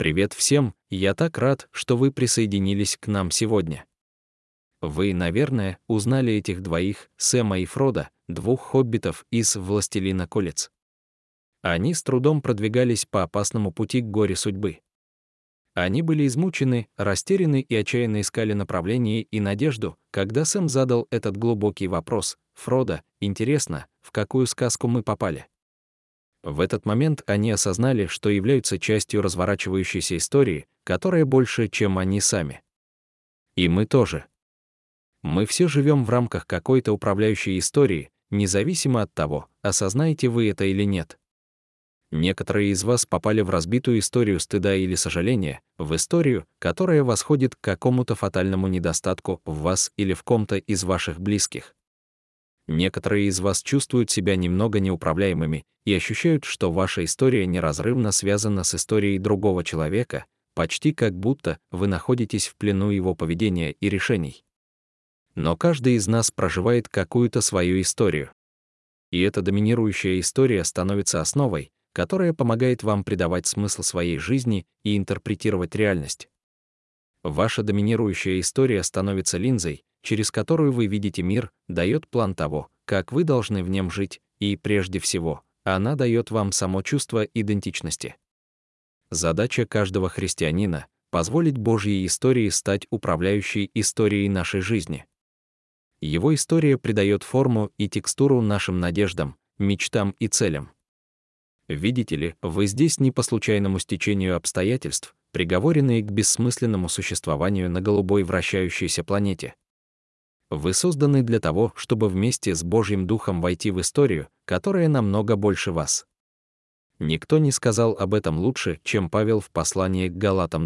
Привет всем, я так рад, что вы присоединились к нам сегодня. Вы, наверное, узнали этих двоих, Сэма и Фрода, двух хоббитов из «Властелина колец». Они с трудом продвигались по опасному пути к горе судьбы. Они были измучены, растеряны и отчаянно искали направление и надежду, когда Сэм задал этот глубокий вопрос: «Фродо, интересно, в какую сказку мы попали?» В этот момент они осознали, что являются частью разворачивающейся истории, которая больше, чем они сами. И мы тоже. Мы все живем в рамках какой-то управляющей истории, независимо от того, осознаете вы это или нет. Некоторые из вас попали в разбитую историю стыда или сожаления, в историю, которая восходит к какому-то фатальному недостатку в вас или в ком-то из ваших близких. Некоторые из вас чувствуют себя немного неуправляемыми и ощущают, что ваша история неразрывно связана с историей другого человека, почти как будто вы находитесь в плену его поведения и решений. Но каждый из нас проживает какую-то свою историю. И эта доминирующая история становится основой, которая помогает вам придавать смысл своей жизни и интерпретировать реальность. Ваша доминирующая история становится линзой, через которую вы видите мир, дает план того, как вы должны в нем жить, и, прежде всего, она дает вам само чувство идентичности. Задача каждого христианина — позволить Божьей истории стать управляющей историей нашей жизни. Его история придает форму и текстуру нашим надеждам, мечтам и целям. Видите ли, вы здесь не по случайному стечению обстоятельств, приговоренные к бессмысленному существованию на голубой вращающейся планете. Вы созданы для того, чтобы вместе с Божьим Духом войти в историю, которая намного больше вас. Никто не сказал об этом лучше, чем Павел в послании к Галатам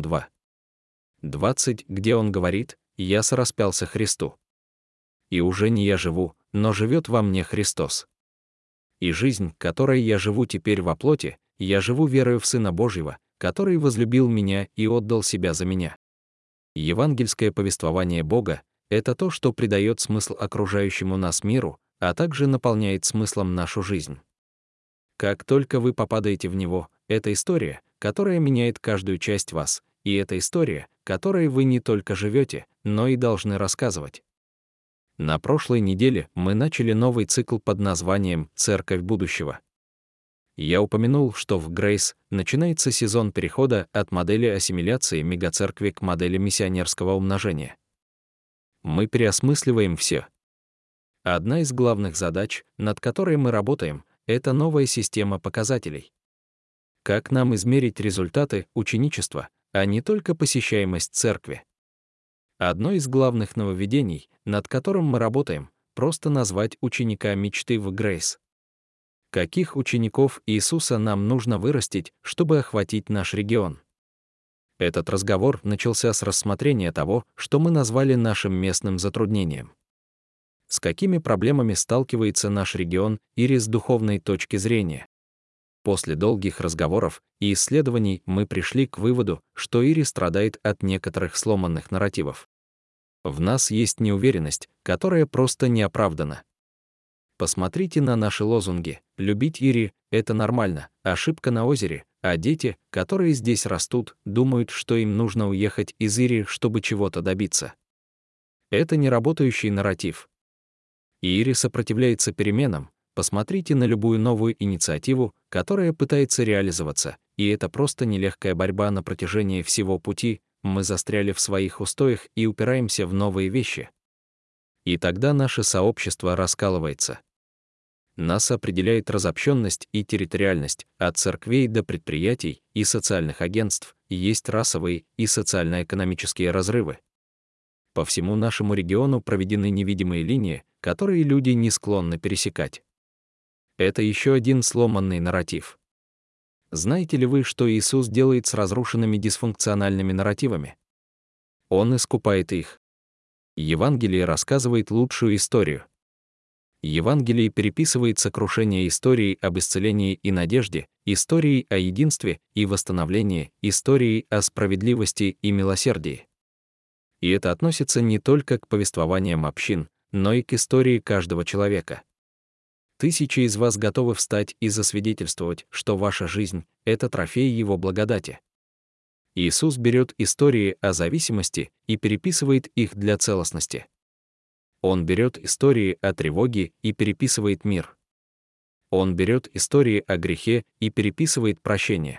2:20, где он говорит: «Я сораспялся Христу. И уже не я живу, но живет во мне Христос. И жизнь, которой я живу теперь во плоти, я живу верою в Сына Божьего, который возлюбил меня и отдал себя за меня». Евангельское повествование Бога — это то, что придает смысл окружающему нас миру, а также наполняет смыслом нашу жизнь. Как только вы попадаете в него, это история, которая меняет каждую часть вас, и это история, которой вы не только живете, но и должны рассказывать. На прошлой неделе мы начали новый цикл под названием «Церковь будущего». Я упомянул, что в Грейс начинается сезон перехода от модели ассимиляции мегацеркви к модели миссионерского умножения. Мы переосмысливаем все. Одна из главных задач, над которой мы работаем, это новая система показателей. Как нам измерить результаты ученичества, а не только посещаемость церкви? Одно из главных нововведений, над которым мы работаем, просто назвать ученика мечты в Грейс. Каких учеников Иисуса нам нужно вырастить, чтобы охватить наш регион? Этот разговор начался с рассмотрения того, что мы назвали нашим местным затруднением. С какими проблемами сталкивается наш регион Ири с духовной точки зрения? После долгих разговоров и исследований мы пришли к выводу, что Ири страдает от некоторых сломанных нарративов. В нас есть неуверенность, которая просто не оправдана. Посмотрите на наши лозунги: «Любить Ири — это нормально», «Ошибка на озере», а дети, которые здесь растут, думают, что им нужно уехать из Ири, чтобы чего-то добиться. Это не работающий нарратив. Ири сопротивляется переменам. Посмотрите на любую новую инициативу, которая пытается реализоваться, и это просто нелегкая борьба на протяжении всего пути. Мы застряли в своих устоях и упираемся в новые вещи. И тогда наше сообщество раскалывается. Нас определяет разобщенность и территориальность, от церквей до предприятий и социальных агентств, есть расовые и социально-экономические разрывы. По всему нашему региону проведены невидимые линии, которые люди не склонны пересекать. Это еще один сломанный нарратив. Знаете ли вы, что Иисус делает с разрушенными дисфункциональными нарративами? Он искупает их. Евангелие рассказывает лучшую историю. Евангелие переписывает сокрушение истории об исцелении и надежде, истории о единстве и восстановлении, истории о справедливости и милосердии. И это относится не только к повествованиям общин, но и к истории каждого человека. Тысячи из вас готовы встать и засвидетельствовать, что ваша жизнь — это трофей Его благодати. Иисус берет истории о зависимости и переписывает их для целостности. Он берет истории о тревоге и переписывает мир. Он берет истории о грехе и переписывает прощение.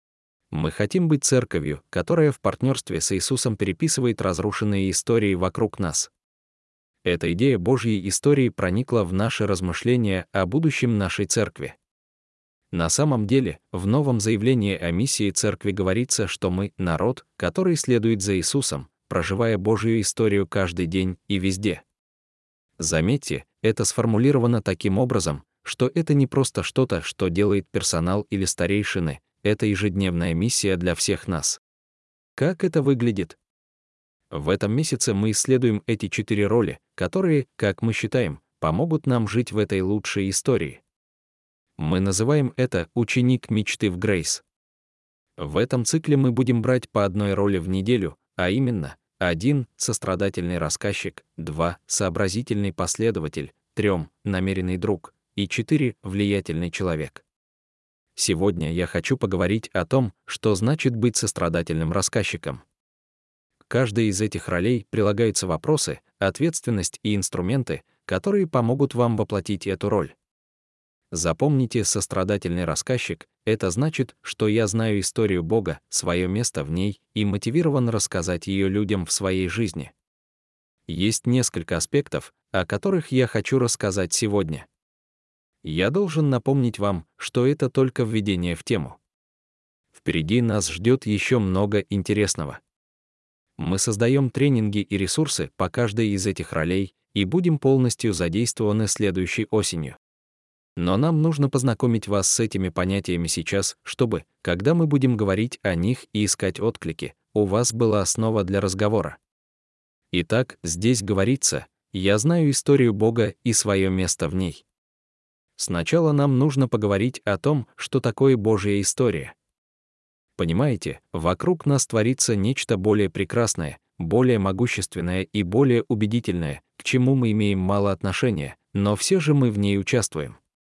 Мы хотим быть церковью, которая в партнерстве с Иисусом переписывает разрушенные истории вокруг нас. Эта идея Божьей истории проникла в наши размышления о будущем нашей церкви. На самом деле, в новом заявлении о миссии церкви говорится, что мы — народ, который следует за Иисусом, проживая Божью историю каждый день и везде. Заметьте, это сформулировано таким образом, что это не просто что-то, что делает персонал или старейшины, это ежедневная миссия для всех нас. Как это выглядит? В этом месяце мы исследуем эти 4 роли, которые, как мы считаем, помогут нам жить в этой лучшей истории. Мы называем это «Ученик мечты в Грейс». В этом цикле мы будем брать по одной роли в неделю, а именно 1 — сострадательный рассказчик, 2 — сообразительный последователь, 3 — намеренный друг и 4 — влиятельный человек. Сегодня я хочу поговорить о том, что значит быть сострадательным рассказчиком. К каждой из этих ролей прилагаются вопросы, ответственность и инструменты, которые помогут вам воплотить эту роль. Запомните, сострадательный рассказчик — это значит, что я знаю историю Бога, свое место в ней и мотивирован рассказать ее людям в своей жизни. Есть несколько аспектов, о которых я хочу рассказать сегодня. Я должен напомнить вам, что это только введение в тему. Впереди нас ждет еще много интересного. Мы создаем тренинги и ресурсы по каждой из этих ролей и будем полностью задействованы следующей осенью. Но нам нужно познакомить вас с этими понятиями сейчас, чтобы, когда мы будем говорить о них и искать отклики, у вас была основа для разговора. Итак, здесь говорится: «Я знаю историю Бога и свое место в ней». Сначала нам нужно поговорить о том, что такое Божья история. Понимаете, вокруг нас творится нечто более прекрасное, более могущественное и более убедительное, к чему мы имеем мало отношения, но все же мы в ней участвуем.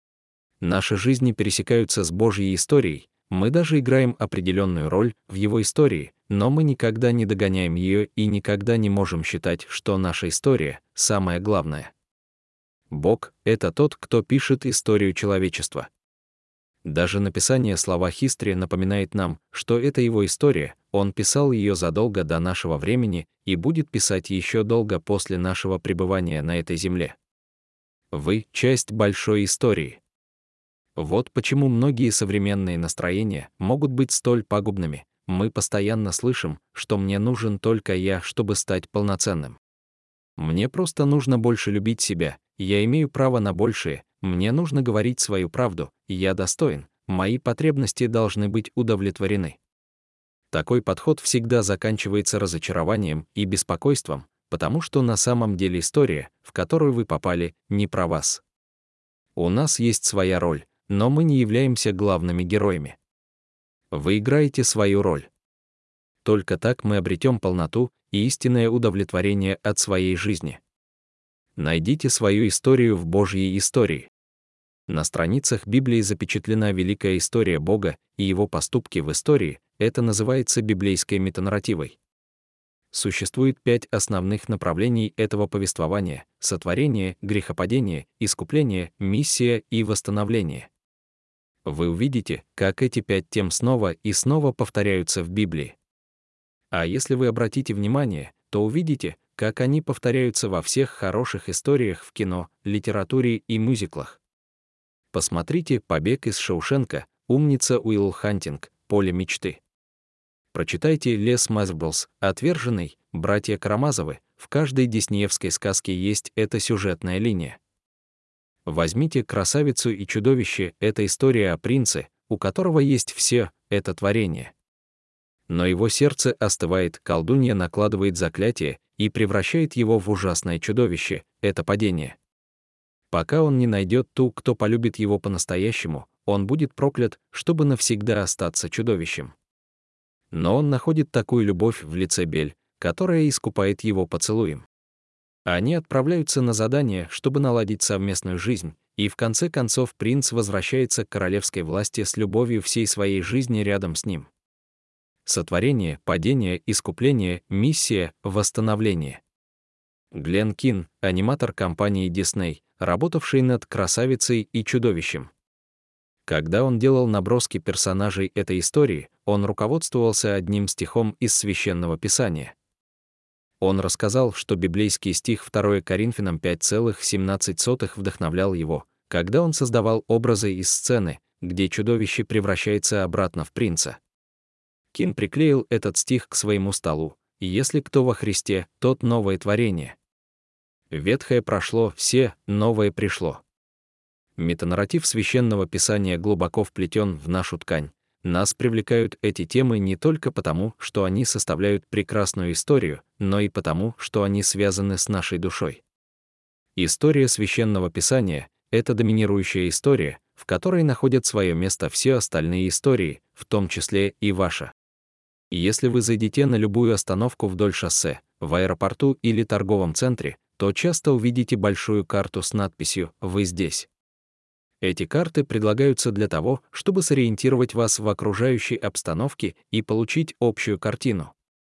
Наши жизни пересекаются с Божьей историей, мы даже играем определенную роль в Его истории, но мы никогда не догоняем ее и никогда не можем считать, что наша история — самое главное. Бог — это тот, кто пишет историю человечества. Даже написание слова «history» напоминает нам, что это Его история, Он писал ее задолго до нашего времени и будет писать еще долго после нашего пребывания на этой земле. Вы — часть большой истории. Вот почему многие современные настроения могут быть столь пагубными. Мы постоянно слышим, что мне нужен только я, чтобы стать полноценным. Мне просто нужно больше любить себя, я имею право на большее, мне нужно говорить свою правду, я достоин, мои потребности должны быть удовлетворены. Такой подход всегда заканчивается разочарованием и беспокойством, потому что на самом деле история, в которую вы попали, не про вас. У нас есть своя роль, но мы не являемся главными героями. Вы играете свою роль. Только так мы обретем полноту и истинное удовлетворение от своей жизни. Найдите свою историю в Божьей истории. На страницах Библии запечатлена великая история Бога и Его поступки в истории, это называется библейской метанарративой. Существует 5 основных направлений этого повествования: сотворение, грехопадение, искупление, миссия и восстановление. Вы увидите, как эти 5 тем снова и снова повторяются в Библии. А если вы обратите внимание, то увидите, как они повторяются во всех хороших историях в кино, литературе и мюзиклах. Посмотрите «Побег из Шоушенка», «Умница Уилл Хантинг», «Поле мечты». Прочитайте «Les Miserables», «Отверженный», «Братья Карамазовы», в каждой диснеевской сказке есть эта сюжетная линия. Возьмите «Красавицу и чудовище», это история о принце, у которого есть все, это творение. Но его сердце остывает, колдунья накладывает заклятие и превращает его в ужасное чудовище, это падение. Пока он не найдет ту, кто полюбит его по-настоящему, он будет проклят, чтобы навсегда остаться чудовищем. Но он находит такую любовь в лице Бель, которая искупает его поцелуем. Они отправляются на задание, чтобы наладить совместную жизнь, и в конце концов принц возвращается к королевской власти с любовью всей своей жизни рядом с ним. Сотворение, падение, искупление, миссия, восстановление. Глен Кин, аниматор компании Disney, работавший над «Красавицей и чудовищем». Когда он делал наброски персонажей этой истории, он руководствовался одним стихом из Священного Писания. Он рассказал, что библейский стих 2 Коринфянам 5,17 вдохновлял его, когда он создавал образы из сцены, где чудовище превращается обратно в принца. Кин приклеил этот стих к своему столу: «Если кто во Христе, тот новое творение. Ветхое прошло, все, новое пришло». Метанарратив Священного Писания глубоко вплетен в нашу ткань. Нас привлекают эти темы не только потому, что они составляют прекрасную историю, но и потому, что они связаны с нашей душой. История Священного Писания — это доминирующая история, в которой находят свое место все остальные истории, в том числе и ваша. Если вы зайдете на любую остановку вдоль шоссе, в аэропорту или торговом центре, то часто увидите большую карту с надписью «Вы здесь». Эти карты предлагаются для того, чтобы сориентировать вас в окружающей обстановке и получить общую картину.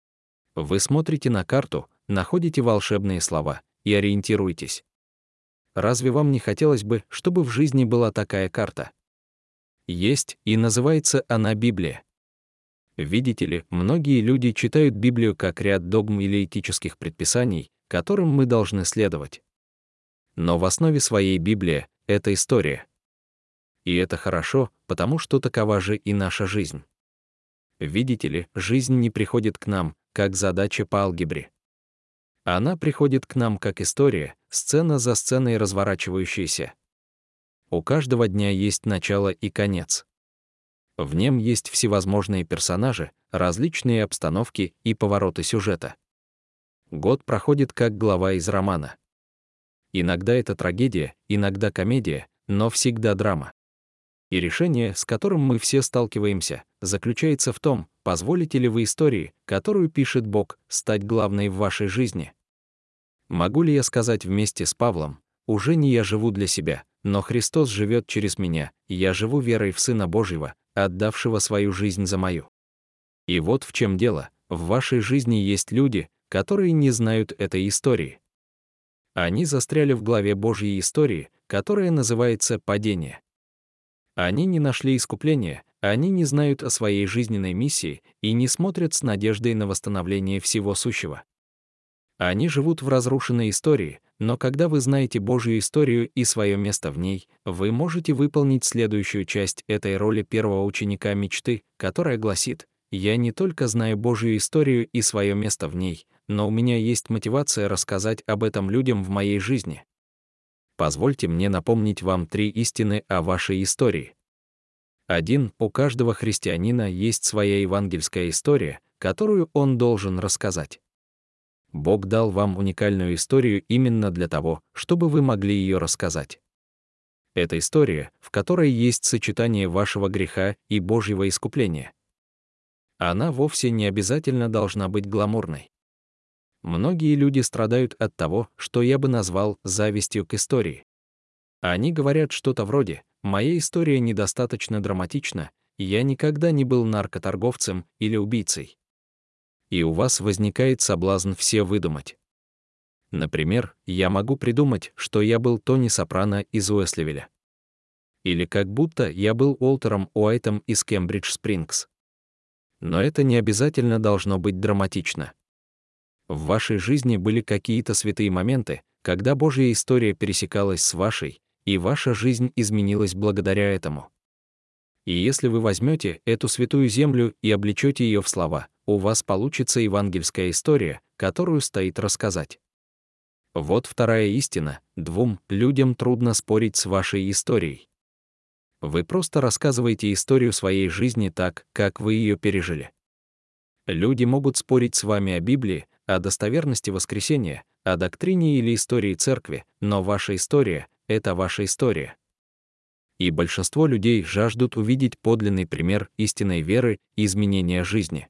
Вы смотрите на карту, находите волшебные слова и ориентируетесь. Разве вам не хотелось бы, чтобы в жизни была такая карта? Есть, и называется она Библия. Видите ли, многие люди читают Библию как ряд догм или этических предписаний, которым мы должны следовать. Но в основе своей Библия — это история. И это хорошо, потому что такова же и наша жизнь. Видите ли, жизнь не приходит к нам, как задача по алгебре. Она приходит к нам как история, сцена за сценой разворачивающаяся. У каждого дня есть начало и конец. В нем есть всевозможные персонажи, различные обстановки и повороты сюжета. Год проходит как глава из романа. Иногда это трагедия, иногда комедия, но всегда драма. И решение, с которым мы все сталкиваемся, заключается в том, позволите ли вы истории, которую пишет Бог, стать главной в вашей жизни. Могу ли я сказать вместе с Павлом: «Уже не я живу для себя, но Христос живет через меня, и я живу верой в Сына Божьего, отдавшего свою жизнь за мою». И вот в чем дело: в вашей жизни есть люди, которые не знают этой истории. Они застряли в главе Божьей истории, которая называется «Падение». Они не нашли искупления, они не знают о своей жизненной миссии и не смотрят с надеждой на восстановление всего сущего. Они живут в разрушенной истории, но когда вы знаете Божью историю и свое место в ней, вы можете выполнить следующую часть этой роли первого ученика мечты, которая гласит: «Я не только знаю Божью историю и свое место в ней, но у меня есть мотивация рассказать об этом людям в моей жизни». Позвольте мне напомнить вам 3 истины о вашей истории. 1. У каждого христианина есть своя евангельская история, которую он должен рассказать. Бог дал вам уникальную историю именно для того, чтобы вы могли ее рассказать. Это история, в которой есть сочетание вашего греха и Божьего искупления. Она вовсе не обязательно должна быть гламурной. Многие люди страдают от того, что я бы назвал завистью к истории. Они говорят что-то вроде: «Моя история недостаточно драматична, я никогда не был наркоторговцем или убийцей». И у вас возникает соблазн все выдумать. Например, я могу придумать, что я был Тони Сопрано из Уэстливилля. Или как будто я был Уолтером Уайтом из Кембридж-Спрингс. Но это не обязательно должно быть драматично. В вашей жизни были какие-то святые моменты, когда Божья история пересекалась с вашей, и ваша жизнь изменилась благодаря этому. И если вы возьмете эту святую землю и облечете ее в слова, у вас получится евангельская история, которую стоит рассказать. Вот вторая истина: 2 людям трудно спорить с вашей историей. Вы просто рассказываете историю своей жизни так, как вы ее пережили. Люди могут спорить с вами о Библии, о достоверности воскресения, о доктрине или истории церкви, но ваша история — это ваша история. И большинство людей жаждут увидеть подлинный пример истинной веры и изменения жизни.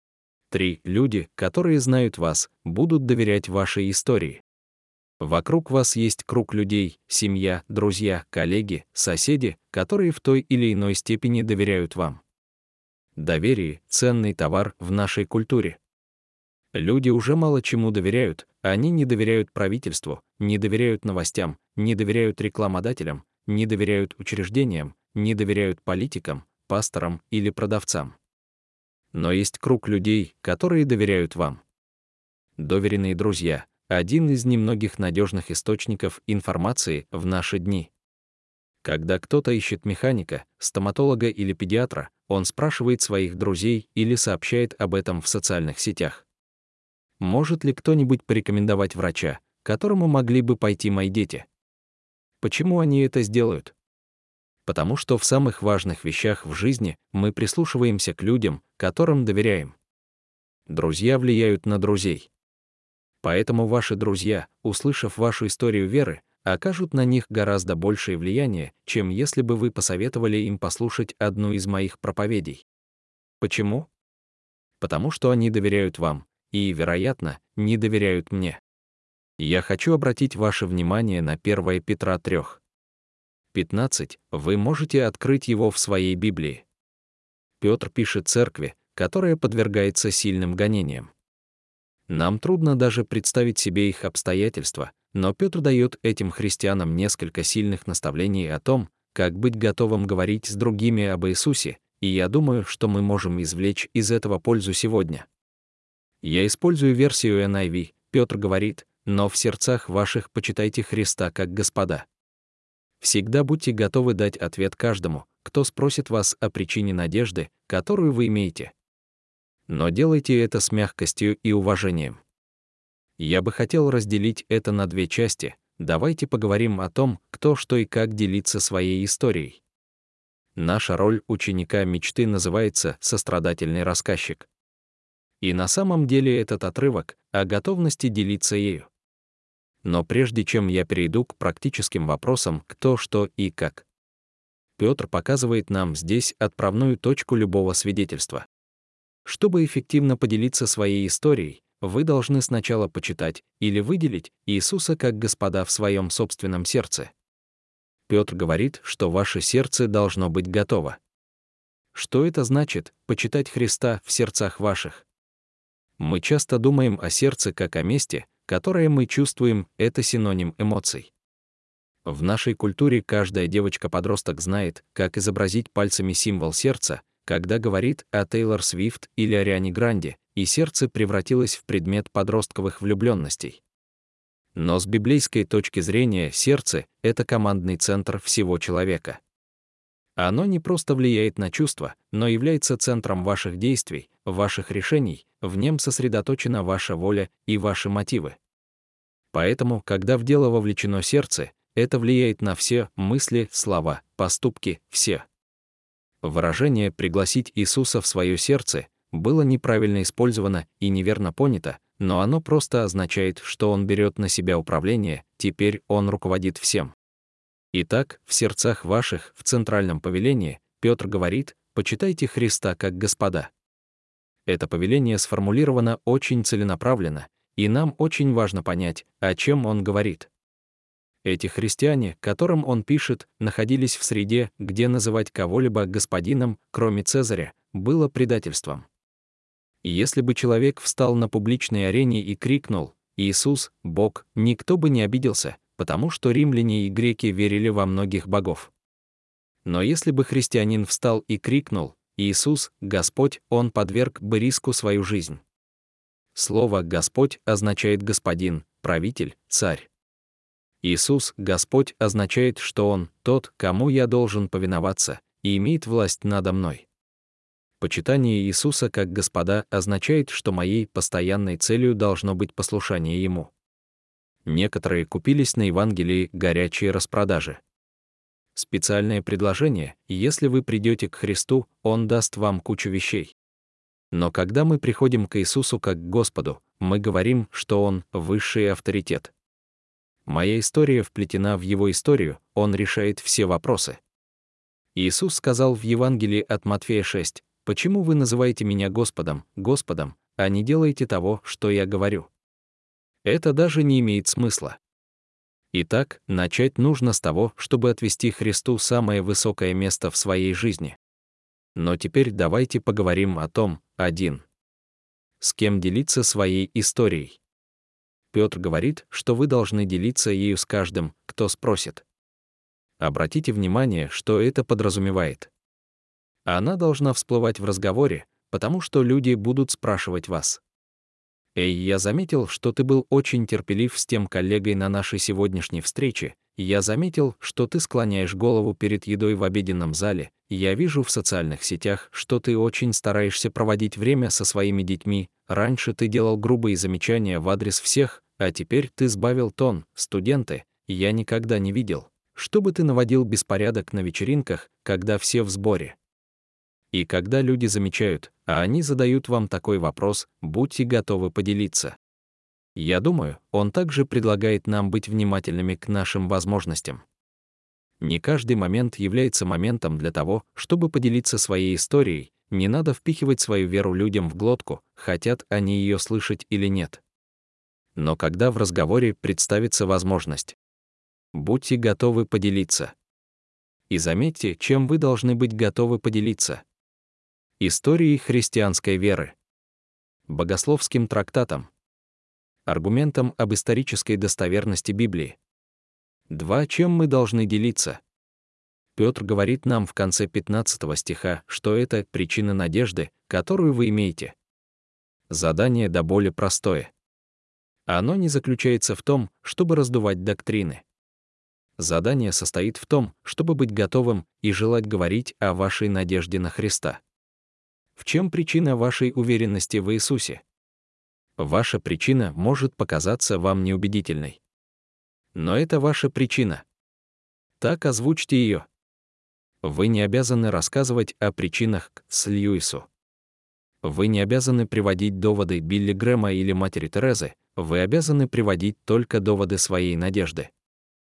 3 люди, которые знают вас, будут доверять вашей истории. Вокруг вас есть круг людей, семья, друзья, коллеги, соседи, которые в той или иной степени доверяют вам. Доверие — ценный товар в нашей культуре. Люди уже мало чему доверяют, они не доверяют правительству, не доверяют новостям, не доверяют рекламодателям, не доверяют учреждениям, не доверяют политикам, пасторам или продавцам. Но есть круг людей, которые доверяют вам. Доверенные друзья — один из немногих надежных источников информации в наши дни. Когда кто-то ищет механика, стоматолога или педиатра, он спрашивает своих друзей или сообщает об этом в социальных сетях. Может ли кто-нибудь порекомендовать врача, к которому могли бы пойти мои дети? Почему они это сделают? Потому что в самых важных вещах в жизни мы прислушиваемся к людям, которым доверяем. Друзья влияют на друзей. Поэтому ваши друзья, услышав вашу историю веры, окажут на них гораздо большее влияние, чем если бы вы посоветовали им послушать одну из моих проповедей. Почему? Потому что они доверяют вам и, вероятно, не доверяют мне. Я хочу обратить ваше внимание на 1 Петра 3:15. Вы можете открыть его в своей Библии. Петр пишет церкви, которая подвергается сильным гонениям. Нам трудно даже представить себе их обстоятельства, но Петр дает этим христианам несколько сильных наставлений о том, как быть готовым говорить с другими об Иисусе, и я думаю, что мы можем извлечь из этого пользу сегодня. Я использую версию NIV. Петр говорит: «Но в сердцах ваших почитайте Христа как Господа». Всегда будьте готовы дать ответ каждому, кто спросит вас о причине надежды, которую вы имеете. Но делайте это с мягкостью и уважением. Я бы хотел разделить это на две части. Давайте поговорим о том, кто, что и как делиться своей историей. Наша роль ученика мечты называется «сострадательный рассказчик». И на самом деле этот отрывок о готовности делиться ею. Но прежде чем я перейду к практическим вопросам «кто, что и как», Петр показывает нам здесь отправную точку любого свидетельства. Чтобы эффективно поделиться своей историей, вы должны сначала почитать или выделить Иисуса как Господа в своем собственном сердце. Петр говорит, что ваше сердце должно быть готово. Что это значит — почитать Христа в сердцах ваших? Мы часто думаем о сердце как о месте, которое мы чувствуем, это синоним эмоций. В нашей культуре каждая девочка-подросток знает, как изобразить пальцами символ сердца, когда говорит о Тейлор Свифт или Ариане Гранде, и сердце превратилось в предмет подростковых влюбленностей. Но с библейской точки зрения сердце — это командный центр всего человека. Оно не просто влияет на чувства, но является центром ваших действий, ваших решений, в нем сосредоточена ваша воля и ваши мотивы. Поэтому, когда в дело вовлечено сердце, это влияет на все мысли, слова, поступки, все. Выражение «пригласить Иисуса в свое сердце» было неправильно использовано и неверно понято, но оно просто означает, что Он берет на себя управление, теперь Он руководит всем. Итак, в сердцах ваших, в центральном повелении, Петр говорит: «Почитайте Христа как Господа». Это повеление сформулировано очень целенаправленно, и нам очень важно понять, о чем он говорит. Эти христиане, которым он пишет, находились в среде, где называть кого-либо господином, кроме Цезаря, было предательством. И если бы человек встал на публичной арене и крикнул «Иисус, Бог», никто бы не обиделся, потому что римляне и греки верили во многих богов. Но если бы христианин встал и крикнул «Иисус, Господь», он подверг бы риску свою жизнь. Слово «Господь» означает «господин», «правитель», «царь». Иисус, Господь, означает, что Он тот, кому я должен повиноваться, и имеет власть надо мной. Почитание Иисуса как Господа означает, что моей постоянной целью должно быть послушание Ему. Некоторые купились на Евангелии горячие распродажи. Специальное предложение: если вы придете к Христу, Он даст вам кучу вещей. Но когда мы приходим к Иисусу как к Господу, мы говорим, что Он — высший авторитет. Моя история вплетена в Его историю, Он решает все вопросы. Иисус сказал в Евангелии от Матфея 6: «Почему вы называете меня Господом, Господом, а не делаете того, что я говорю?» Это даже не имеет смысла. Итак, начать нужно с того, чтобы отвести Христу самое высокое место в своей жизни. Но теперь давайте поговорим о том, один, с кем делиться своей историей. Петр говорит, что вы должны делиться ею с каждым, кто спросит. Обратите внимание, что это подразумевает. Она должна всплывать в разговоре, потому что люди будут спрашивать вас. «Эй, я заметил, что ты был очень терпелив с тем коллегой на нашей сегодняшней встрече. Я заметил, что ты склоняешь голову перед едой в обеденном зале. Я вижу в социальных сетях, что ты очень стараешься проводить время со своими детьми. Раньше ты делал грубые замечания в адрес всех, а теперь ты сбавил тон. Студенты, я никогда не видел, чтобы ты наводил беспорядок на вечеринках, когда все в сборе». И когда люди замечают, а они задают вам такой вопрос, будьте готовы поделиться. Я думаю, он также предлагает нам быть внимательными к нашим возможностям. Не каждый момент является моментом для того, чтобы поделиться своей историей, не надо впихивать свою веру людям в глотку, хотят они ее слышать или нет. Но когда в разговоре представится возможность, будьте готовы поделиться. И заметьте, чем вы должны быть готовы поделиться. Историей христианской веры, богословским трактатом, аргументом об исторической достоверности Библии. 2. Чем мы должны делиться? Петр говорит нам в конце 15 стиха, что это причина надежды, которую вы имеете. Задание до боли простое. Оно не заключается в том, чтобы раздувать доктрины. Задание состоит в том, чтобы быть готовым и желать говорить о вашей надежде на Христа. В чем причина вашей уверенности в Иисусе? Ваша причина может показаться вам неубедительной. Но это ваша причина. Так озвучьте ее. Вы не обязаны рассказывать о причинах с Льюису. Вы не обязаны приводить доводы Билли Грэма или матери Терезы, вы обязаны приводить только доводы своей надежды.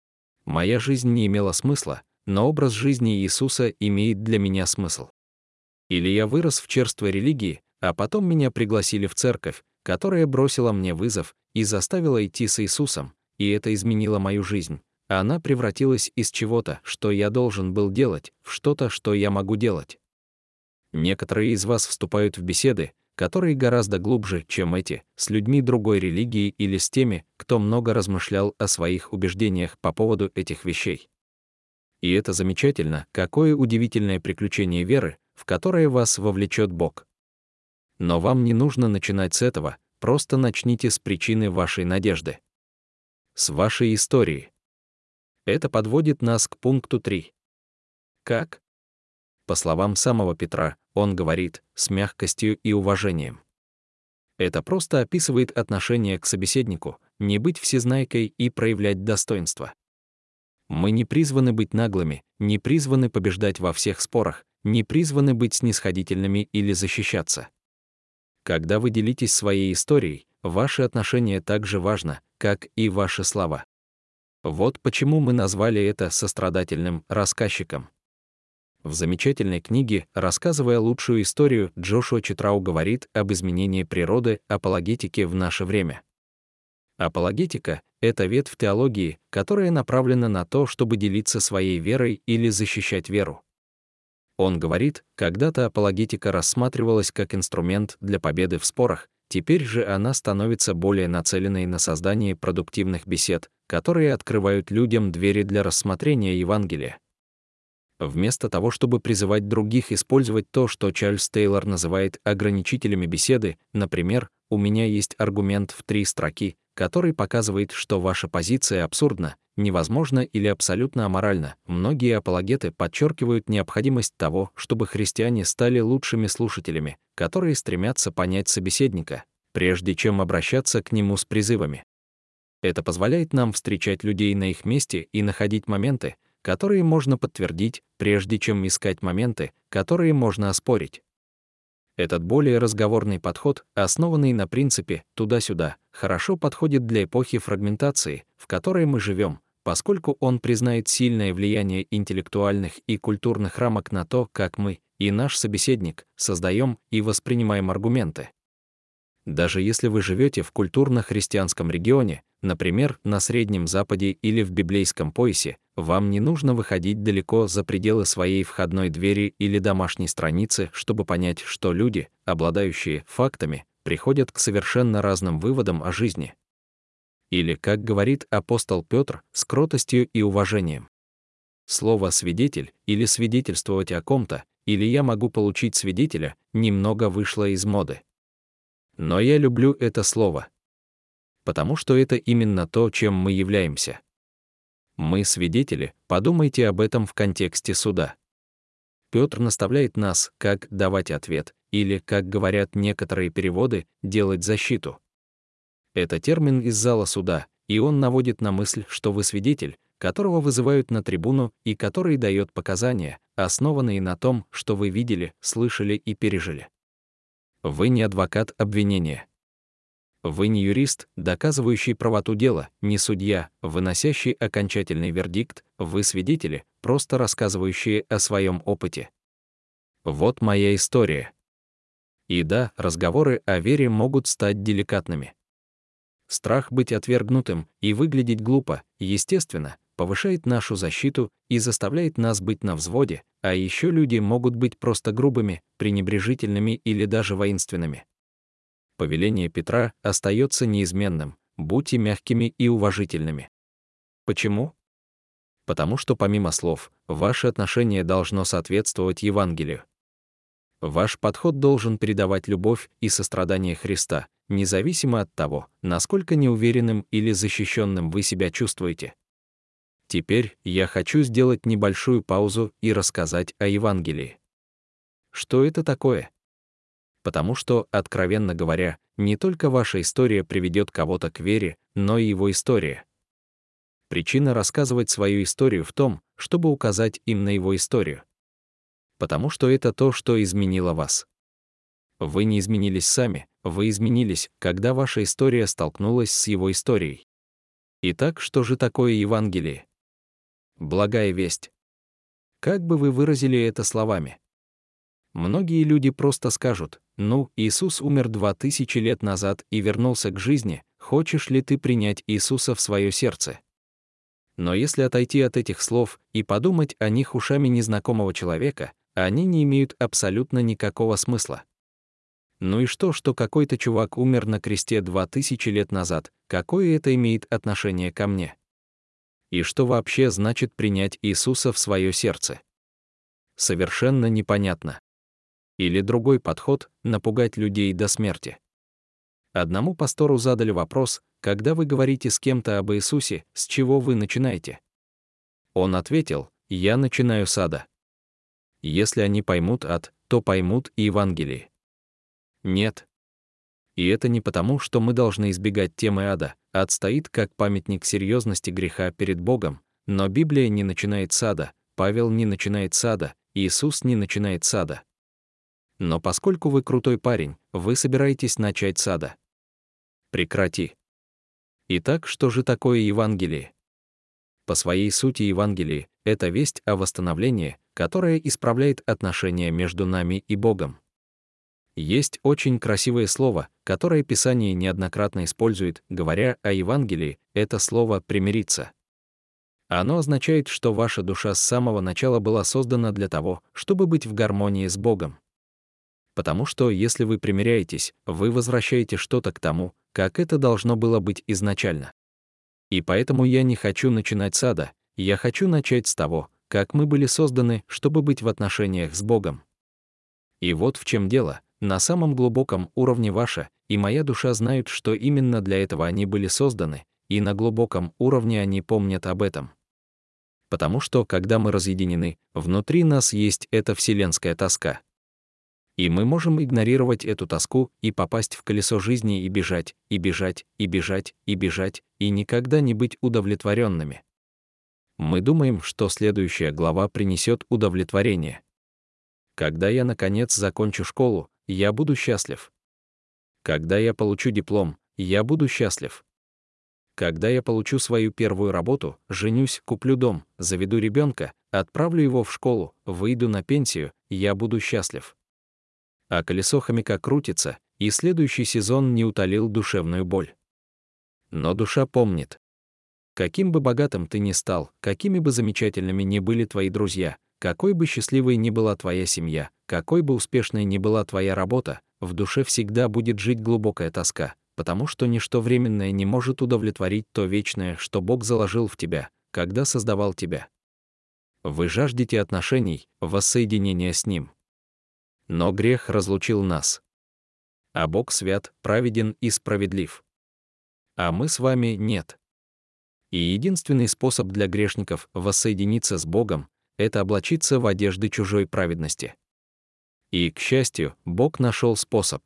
Моя жизнь не имела смысла, но образ жизни Иисуса имеет для меня смысл. Или я вырос в черствой религии, а потом меня пригласили в церковь, которая бросила мне вызов и заставила идти с Иисусом, и это изменило мою жизнь. Она превратилась из чего-то, что я должен был делать, в что-то, что я могу делать. Некоторые из вас вступают в беседы, которые гораздо глубже, чем эти, с людьми другой религии или с теми, кто много размышлял о своих убеждениях по поводу этих вещей. И это замечательно, какое удивительное приключение веры, в которое вас вовлечет Бог. Но вам не нужно начинать с этого, просто начните с причины вашей надежды. С вашей истории. Это подводит нас к пункту 3. Как? По словам самого Петра, он говорит, с мягкостью и уважением. Это просто описывает отношение к собеседнику, не быть всезнайкой и проявлять достоинство. Мы не призваны быть наглыми, не призваны побеждать во всех спорах, не призваны быть снисходительными или защищаться. Когда вы делитесь своей историей, ваше отношение так же важно, как и ваши слова. Вот почему мы назвали это сострадательным рассказчиком. В замечательной книге, рассказывая лучшую историю, Джошуа Читрау говорит об изменении природы апологетики в наше время. Апологетика — это ветвь теологии, которая направлена на то, чтобы делиться своей верой или защищать веру. Он говорит, когда-то апологетика рассматривалась как инструмент для победы в спорах, теперь же она становится более нацеленной на создание продуктивных бесед, которые открывают людям двери для рассмотрения Евангелия. Вместо того, чтобы призывать других использовать то, что Чарльз Тейлор называет ограничителями беседы, например, «У меня есть аргумент в 3 строки», который показывает, что ваша позиция абсурдна, невозможна или абсолютно аморальна. Многие апологеты подчеркивают необходимость того, чтобы христиане стали лучшими слушателями, которые стремятся понять собеседника, прежде чем обращаться к нему с призывами. Это позволяет нам встречать людей на их месте и находить моменты, которые можно подтвердить, прежде чем искать моменты, которые можно оспорить. Этот более разговорный подход, основанный на принципе «туда-сюда», хорошо подходит для эпохи фрагментации, в которой мы живем, поскольку он признает сильное влияние интеллектуальных и культурных рамок на то, как мы и наш собеседник создаем и воспринимаем аргументы. Даже если вы живете в культурно-христианском регионе, например, на Среднем Западе или в библейском поясе, вам не нужно выходить далеко за пределы своей входной двери или домашней страницы, чтобы понять, что люди, обладающие фактами, приходят к совершенно разным выводам о жизни. Или, как говорит апостол Петр, с кротостью и уважением. Слово «свидетель» или «свидетельствовать о ком-то», или «я могу получить свидетеля» немного вышло из моды. Но я люблю это слово. Потому что это именно то, чем мы являемся. Мы свидетели, подумайте об этом в контексте суда. Петр наставляет нас, как давать ответ, или, как говорят некоторые переводы, делать защиту. Это термин из зала суда, и он наводит на мысль, что вы свидетель, которого вызывают на трибуну и который дает показания, основанные на том, что вы видели, слышали и пережили. Вы не адвокат обвинения. Вы не юрист, доказывающий правоту дела, не судья, выносящий окончательный вердикт, вы свидетели, просто рассказывающие о своем опыте. Вот моя история. И да, разговоры о вере могут стать деликатными. Страх быть отвергнутым и выглядеть глупо, естественно, повышает нашу защиту и заставляет нас быть на взводе, а еще люди могут быть просто грубыми, пренебрежительными или даже воинственными. Повеление Петра остается неизменным: будьте мягкими и уважительными. Почему? Потому что помимо слов, ваше отношение должно соответствовать Евангелию. Ваш подход должен передавать любовь и сострадание Христа, независимо от того, насколько неуверенным или защищенным вы себя чувствуете. Теперь я хочу сделать небольшую паузу и рассказать о Евангелии. Что это такое? Потому что, откровенно говоря, не только ваша история приведет кого-то к вере, но и его история. Причина рассказывать свою историю в том, чтобы указать им на его историю. Потому что это то, что изменило вас. Вы не изменились сами, вы изменились, когда ваша история столкнулась с его историей. Итак, что же такое Евангелие? Благая весть. Как бы вы выразили это словами? Многие люди просто скажут: «Ну, Иисус умер 2000 лет назад и вернулся к жизни, хочешь ли ты принять Иисуса в свое сердце?» Но если отойти от этих слов и подумать о них ушами незнакомого человека, они не имеют абсолютно никакого смысла. Ну и что какой-то чувак умер на кресте 2000 лет назад, какое это имеет отношение ко мне? И что вообще значит принять Иисуса в свое сердце? Совершенно непонятно. Или другой подход — напугать людей до смерти. Одному пастору задали вопрос: когда вы говорите с кем-то об Иисусе, с чего вы начинаете? Он ответил: я начинаю с ада. Если они поймут ад, то поймут и Евангелие. Нет. И это не потому, что мы должны избегать темы ада. Ад стоит как памятник серьезности греха перед Богом, но Библия не начинает с ада, Павел не начинает с ада, Иисус не начинает с ада. Но поскольку вы крутой парень, вы собираетесь начать с ада. Прекрати. Итак, что же такое Евангелие? По своей сути Евангелие — это весть о восстановлении, которая исправляет отношения между нами и Богом. Есть очень красивое слово, которое Писание неоднократно использует, говоря о Евангелии, это слово «примириться». Оно означает, что ваша душа с самого начала была создана для того, чтобы быть в гармонии с Богом. Потому что, если вы примиряетесь, вы возвращаете что-то к тому, как это должно было быть изначально. И поэтому я не хочу начинать с ада, я хочу начать с того, как мы были созданы, чтобы быть в отношениях с Богом. И вот в чем дело: на самом глубоком уровне ваша и моя душа знают, что именно для этого они были созданы, и на глубоком уровне они помнят об этом. Потому что, когда мы разъединены, внутри нас есть эта вселенская тоска. И мы можем игнорировать эту тоску и попасть в колесо жизни и бежать, и бежать, и бежать, и бежать, и никогда не быть удовлетворенными. Мы думаем, что следующая глава принесет удовлетворение. Когда я, наконец, закончу школу, я буду счастлив. Когда я получу диплом, я буду счастлив. Когда я получу свою первую работу, женюсь, куплю дом, заведу ребенка, отправлю его в школу, выйду на пенсию, я буду счастлив. А колесо хомяка крутится, и следующий сезон не утолил душевную боль. Но душа помнит. Каким бы богатым ты ни стал, какими бы замечательными ни были твои друзья, какой бы счастливой ни была твоя семья, какой бы успешной ни была твоя работа, в душе всегда будет жить глубокая тоска, потому что ничто временное не может удовлетворить то вечное, что Бог заложил в тебя, когда создавал тебя. Вы жаждете отношений, воссоединения с Ним. Но грех разлучил нас. А Бог свят, праведен и справедлив. А мы с вами нет. И единственный способ для грешников воссоединиться с Богом — это облачиться в одежды чужой праведности. И, к счастью, Бог нашел способ.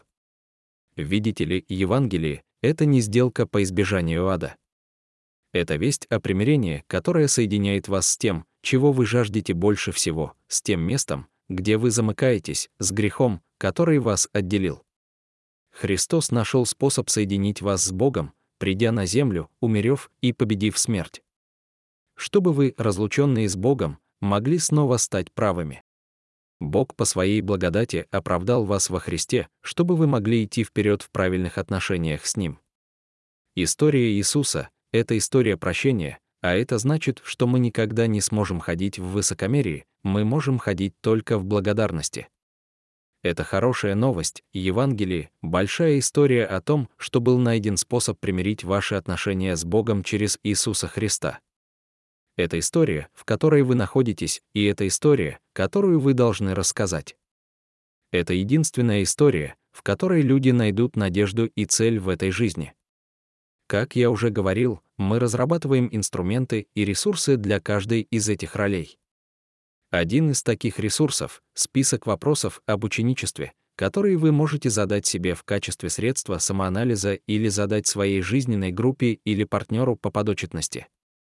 Видите ли, Евангелие — это не сделка по избежанию ада. Это весть о примирении, которая соединяет вас с тем, чего вы жаждете больше всего, с тем местом, где вы замыкаетесь, с грехом, который вас отделил. Христос нашел способ соединить вас с Богом, придя на землю, умерев и победив смерть. Чтобы вы, разлученные с Богом, могли снова стать правыми. Бог по своей благодати оправдал вас во Христе, чтобы вы могли идти вперед в правильных отношениях с Ним. История Иисуса — это история прощения, а это значит, что мы никогда не сможем ходить в высокомерии, мы можем ходить только в благодарности. Это хорошая новость, Евангелие — большая история о том, что был найден способ примирить ваши отношения с Богом через Иисуса Христа. Это история, в которой вы находитесь, и это история, которую вы должны рассказать. Это единственная история, в которой люди найдут надежду и цель в этой жизни. Как я уже говорил, мы разрабатываем инструменты и ресурсы для каждой из этих ролей. Один из таких ресурсов — список вопросов об ученичестве, которые вы можете задать себе в качестве средства самоанализа или задать своей жизненной группе или партнеру по подотчетности.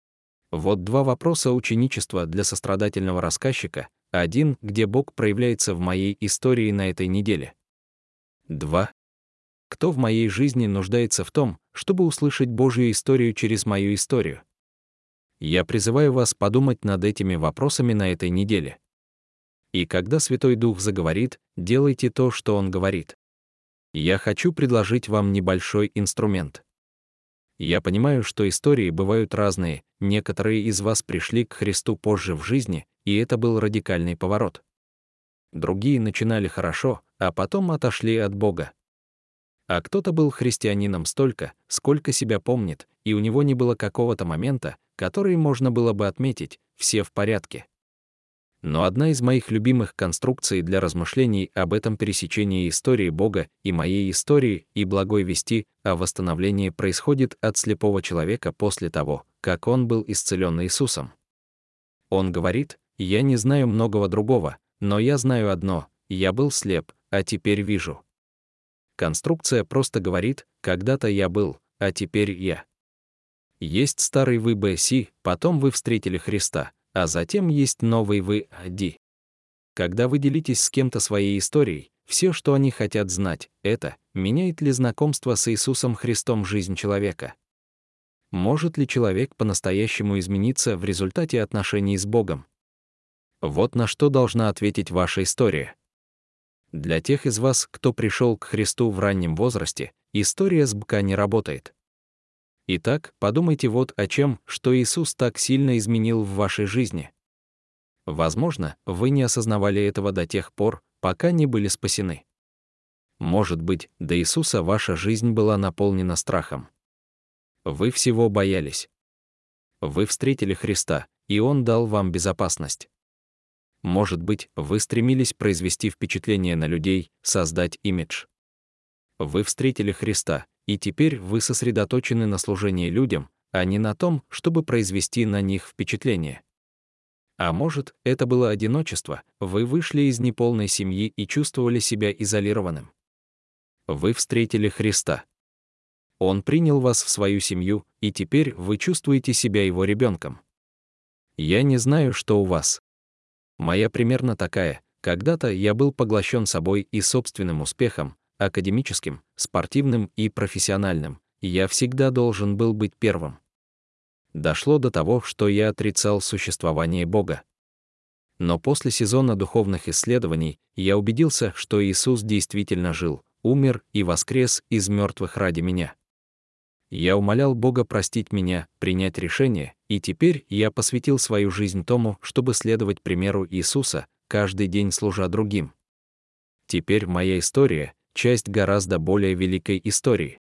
Вот 2 вопроса ученичества для сострадательного рассказчика, один, где Бог проявляется в моей истории на этой неделе. 2. Кто в моей жизни нуждается в том, чтобы услышать Божью историю через мою историю? Я призываю вас подумать над этими вопросами на этой неделе. И когда Святой Дух заговорит, делайте то, что Он говорит. Я хочу предложить вам небольшой инструмент. Я понимаю, что истории бывают разные, некоторые из вас пришли к Христу позже в жизни, и это был радикальный поворот. Другие начинали хорошо, а потом отошли от Бога. А кто-то был христианином столько, сколько себя помнит, и у него не было какого-то момента, который можно было бы отметить, все в порядке. Но одна из моих любимых конструкций для размышлений об этом пересечении истории Бога и моей истории и благой вести о восстановлении происходит от слепого человека после того, как он был исцелен Иисусом. Он говорит: «Я не знаю многого другого, но я знаю одно: я был слеп, а теперь вижу». Конструкция просто говорит: «Когда-то я был, а теперь я». Есть старый вы БС, потом вы встретили Христа, а затем есть новый вы Ди. Когда вы делитесь с кем-то своей историей, все, что они хотят знать, это: меняет ли знакомство с Иисусом Христом жизнь человека? Может ли человек по-настоящему измениться в результате отношений с Богом? Вот на что должна ответить ваша история. Для тех из вас, кто пришел к Христу в раннем возрасте, история с БК не работает. Итак, подумайте вот о чем, что Иисус так сильно изменил в вашей жизни. Возможно, вы не осознавали этого до тех пор, пока не были спасены. Может быть, до Иисуса ваша жизнь была наполнена страхом. Вы всего боялись. Вы встретили Христа, и Он дал вам безопасность. Может быть, вы стремились произвести впечатление на людей, создать имидж. Вы встретили Христа, и теперь вы сосредоточены на служении людям, а не на том, чтобы произвести на них впечатление. А может, это было одиночество, вы вышли из неполной семьи и чувствовали себя изолированным. Вы встретили Христа. Он принял вас в свою семью, и теперь вы чувствуете себя Его ребенком. Я не знаю, что у вас. Моя примерно такая: когда-то я был поглощен собой и собственным успехом, академическим, спортивным и профессиональным, я всегда должен был быть первым. Дошло до того, что я отрицал существование Бога. Но после сезона духовных исследований я убедился, что Иисус действительно жил, умер и воскрес из мертвых ради меня. Я умолял Бога простить меня, принять решение, и теперь я посвятил свою жизнь тому, чтобы следовать примеру Иисуса, каждый день служа другим. Теперь моя история — часть гораздо более великой истории.